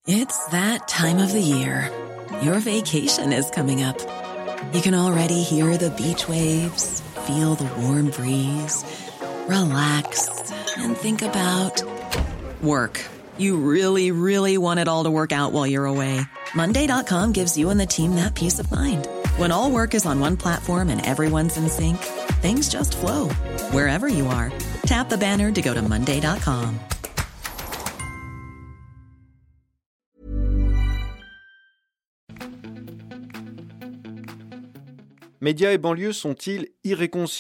It's that time of the year. Your vacation is coming up. You can already hear the beach waves, feel the warm breeze, relax, and think about work. You really, really want it all to work out while you're away. Monday.com gives you and the team that peace of mind. When all work is on one platform and everyone's in sync, things just flow. Wherever you are, tap the banner to go to Monday.com. Médias et banlieues sont-ils irréconciliables ?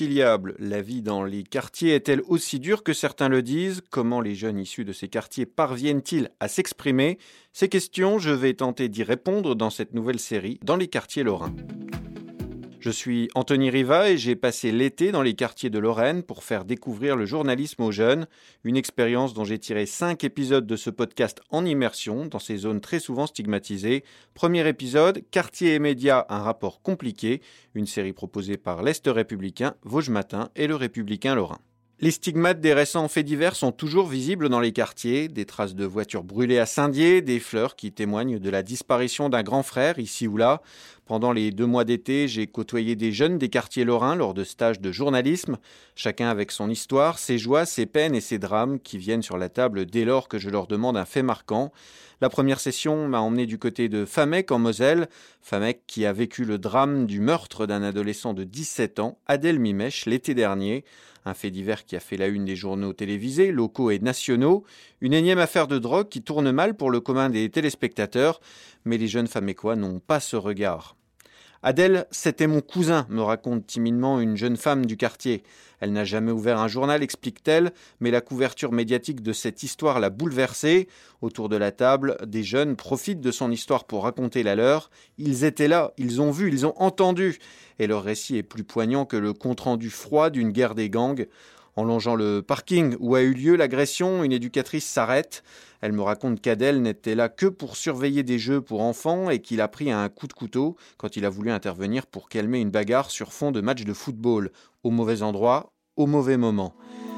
La vie dans les quartiers est-elle aussi dure que certains le disent ? Comment les jeunes issus de ces quartiers parviennent-ils à s'exprimer ? Ces questions, je vais tenter d'y répondre dans cette nouvelle série « Dans les quartiers lorrains ». Je suis Anthony Riva et j'ai passé l'été dans les quartiers de Lorraine pour faire découvrir le journalisme aux jeunes, une expérience dont j'ai tiré 5 épisodes de ce podcast en immersion dans ces zones très souvent stigmatisées. Premier épisode, Quartier et médias, un rapport compliqué, une série proposée par l'Est républicain, Vosges Matin et le Républicain lorrain. Les stigmates des récents faits divers sont toujours visibles dans les quartiers, des traces de voitures brûlées à Saint-Dié, des fleurs qui témoignent de la disparition d'un grand frère ici ou là. Pendant les 2 mois d'été, j'ai côtoyé des jeunes des quartiers lorrains lors de stages de journalisme, chacun avec son histoire, ses joies, ses peines et ses drames qui viennent sur la table dès lors que je leur demande un fait marquant. La première session m'a emmené du côté de Famec en Moselle, Famec qui a vécu le drame du meurtre d'un adolescent de 17 ans, Adel Mimech, l'été dernier. Un fait divers qui a fait la une des journaux télévisés, locaux et nationaux. Une énième affaire de drogue qui tourne mal pour le commun des téléspectateurs. Mais les jeunes Famécois n'ont pas ce regard. Adèle, c'était mon cousin, me raconte timidement une jeune femme du quartier. Elle n'a jamais ouvert un journal, explique-t-elle, mais la couverture médiatique de cette histoire l'a bouleversée. Autour de la table, des jeunes profitent de son histoire pour raconter la leur. Ils étaient là, ils ont vu, ils ont entendu. Et leur récit est plus poignant que le compte-rendu froid d'une guerre des gangs. En longeant le parking où a eu lieu l'agression, une éducatrice s'arrête. Elle me raconte qu'Adèle n'était là que pour surveiller des jeux pour enfants et qu'il a pris un coup de couteau quand il a voulu intervenir pour calmer une bagarre sur fond de match de football. Au mauvais endroit, au mauvais moment.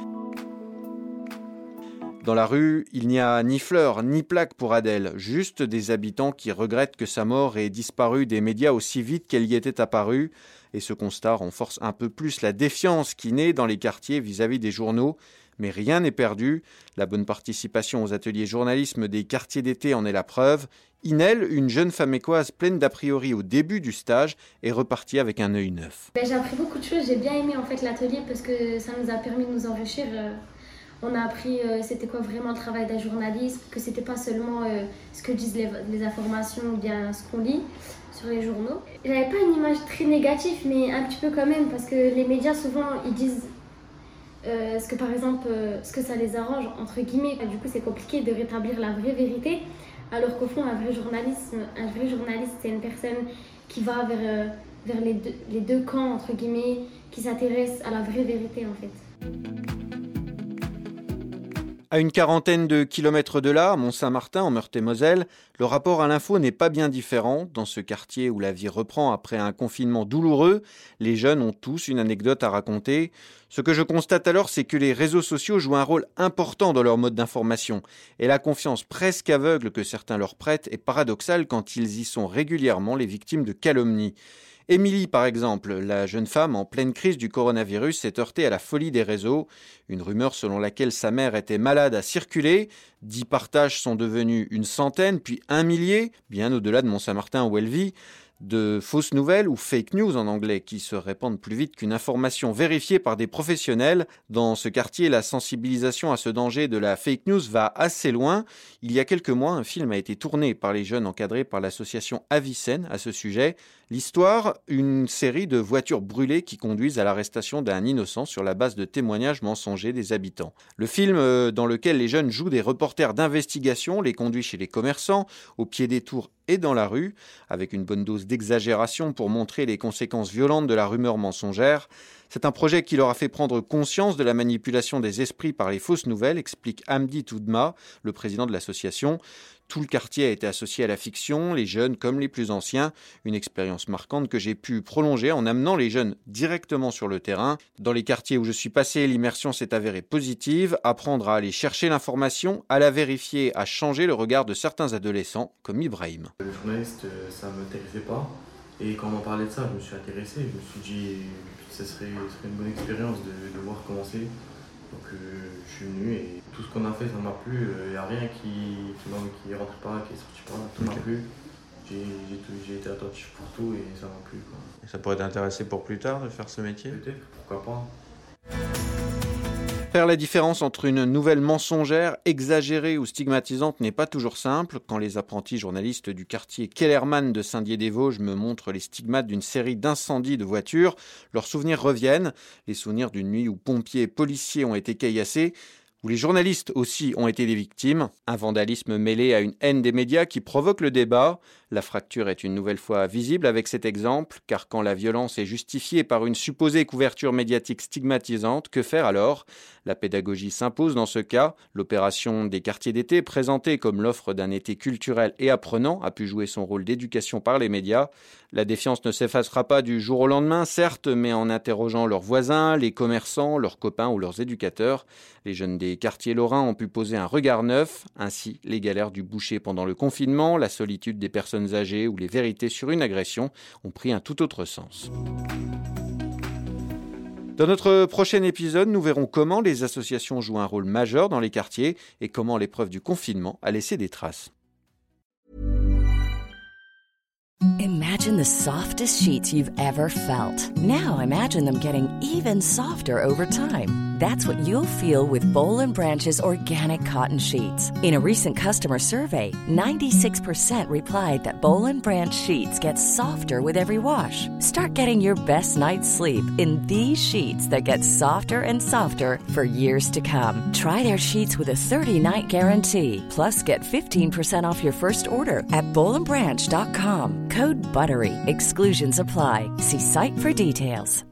Dans la rue, il n'y a ni fleurs, ni plaques pour Adèle, juste des habitants qui regrettent que sa mort ait disparu des médias aussi vite qu'elle y était apparue. Et ce constat renforce un peu plus la défiance qui naît dans les quartiers vis-à-vis des journaux. Mais rien n'est perdu. La bonne participation aux ateliers journalisme des quartiers d'été en est la preuve. Inel, une jeune famécoise pleine d'a priori au début du stage, est repartie avec un œil neuf. J'ai appris beaucoup de choses. J'ai bien aimé en fait l'atelier parce que ça nous a permis de nous enrichir. On a appris c'était quoi vraiment le travail d'un journaliste, que c'était pas seulement ce que disent les informations ou bien ce qu'on lit sur les journaux. J'avais pas une image très négative, mais un petit peu quand même, parce que les médias souvent ils disent ce que par exemple ce que ça les arrange entre guillemets. Du coup c'est compliqué de rétablir la vraie vérité, alors qu'au fond un vrai journaliste c'est une personne qui va vers les deux camps entre guillemets, qui s'intéresse à la vraie vérité en fait. À une quarantaine de kilomètres de là, à Mont-Saint-Martin, en Meurthe-et-Moselle, le rapport à l'info n'est pas bien différent. Dans ce quartier où la vie reprend après un confinement douloureux, les jeunes ont tous une anecdote à raconter. Ce que je constate alors, c'est que les réseaux sociaux jouent un rôle important dans leur mode d'information. Et la confiance presque aveugle que certains leur prêtent est paradoxale quand ils y sont régulièrement les victimes de calomnies. Émilie, par exemple, la jeune femme en pleine crise du coronavirus, s'est heurtée à la folie des réseaux. Une rumeur selon laquelle sa mère était malade a circulé. 10 partages sont devenus une centaine, puis 1 millier, bien au-delà de Mont-Saint-Martin où elle vit. De fausses nouvelles ou fake news en anglais qui se répandent plus vite qu'une information vérifiée par des professionnels. Dans ce quartier, la sensibilisation à ce danger de la fake news va assez loin. Il y a quelques mois, un film a été tourné par les jeunes encadrés par l'association Avicenne à ce sujet. L'histoire, une série de voitures brûlées qui conduisent à l'arrestation d'un innocent sur la base de témoignages mensongers des habitants. Le film dans lequel les jeunes jouent des reporters d'investigation les conduit chez les commerçants, au pied des tours et dans la rue, avec une bonne dose d'exagération pour montrer les conséquences violentes de la rumeur mensongère. C'est un projet qui leur a fait prendre conscience de la manipulation des esprits par les fausses nouvelles, explique Hamdi Toudma, le président de l'association. Tout le quartier a été associé à la fiction, les jeunes comme les plus anciens. Une expérience marquante que j'ai pu prolonger en amenant les jeunes directement sur le terrain. Dans les quartiers où je suis passé, l'immersion s'est avérée positive. Apprendre à aller chercher l'information, à la vérifier, à changer le regard de certains adolescents, comme Ibrahim. Le journaliste, ça ne m'intéressait pas. Et quand on m'en parlait de ça, je me suis intéressé. Je me suis dit que ce serait une bonne expérience de voir comment c'est. Donc je suis venu et tout ce qu'on a fait, ça m'a plu. Il n'y a rien qui rentre pas, qui est sorti pas. Tout m'a plu. J'ai été attentif pour tout et ça m'a plu, quoi. Et ça pourrait t'intéresser pour plus tard de faire ce métier ? Peut-être, pourquoi pas. Faire la différence entre une nouvelle mensongère, exagérée ou stigmatisante n'est pas toujours simple. Quand les apprentis journalistes du quartier Kellermann de Saint-Dié-des-Vosges me montrent les stigmates d'une série d'incendies de voitures, leurs souvenirs reviennent. Les souvenirs d'une nuit où pompiers et policiers ont été caillassés, où les journalistes aussi ont été des victimes. Un vandalisme mêlé à une haine des médias qui provoque le débat. La fracture est une nouvelle fois visible avec cet exemple, car quand la violence est justifiée par une supposée couverture médiatique stigmatisante, que faire alors ? La pédagogie s'impose dans ce cas. L'opération des quartiers d'été, présentée comme l'offre d'un été culturel et apprenant, a pu jouer son rôle d'éducation par les médias. La défiance ne s'effacera pas du jour au lendemain, certes, mais en interrogeant leurs voisins, les commerçants, leurs copains ou leurs éducateurs. Les jeunes des quartiers lorrains ont pu poser un regard neuf. Ainsi, les galères du boucher pendant le confinement, la solitude des personnes âgées ou les vérités sur une agression ont pris un tout autre sens. Dans notre prochain épisode, nous verrons comment les associations jouent un rôle majeur dans les quartiers et comment l'épreuve du confinement a laissé des traces. Imagine the softest sheets you've ever felt. Now imagine them getting even softer over time. That's what you'll feel with Boll & Branch's organic cotton sheets. In a recent customer survey, 96% replied that Boll & Branch sheets get softer with every wash. Start getting your best night's sleep in these sheets that get softer and softer for years to come. Try their sheets with a 30-night guarantee. Plus, get 15% off your first order at bollandbranch.com. Code BUTTERY. Exclusions apply. See site for details.